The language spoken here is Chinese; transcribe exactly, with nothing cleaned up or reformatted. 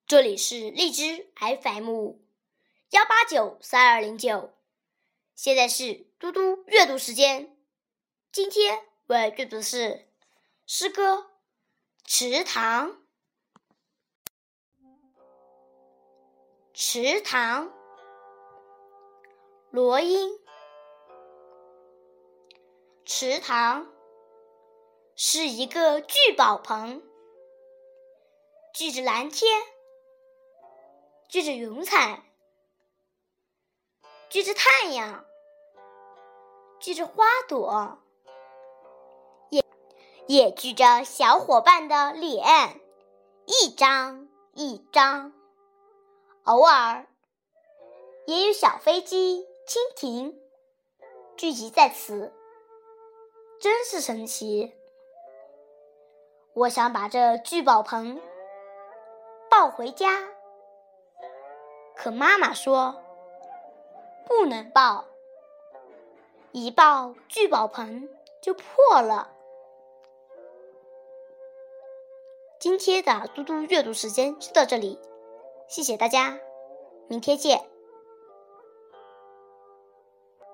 这里是荔枝 F M 幺八九三二零九，现在是嘟嘟阅读时间。今天我要阅读的是诗歌《池塘》。池塘，罗英。池塘是一个聚宝盆，聚着蓝天，聚着云彩，聚着太阳，聚着花朵，也也聚着小伙伴的脸，一张一张。偶尔也有小飞机、蜻蜓聚集在此，真是神奇。我想把这聚宝盆抱回家，可妈妈说不能抱，一抱聚宝盆就破了。今天的嘟嘟阅读时间就到这里，谢谢大家，明天见。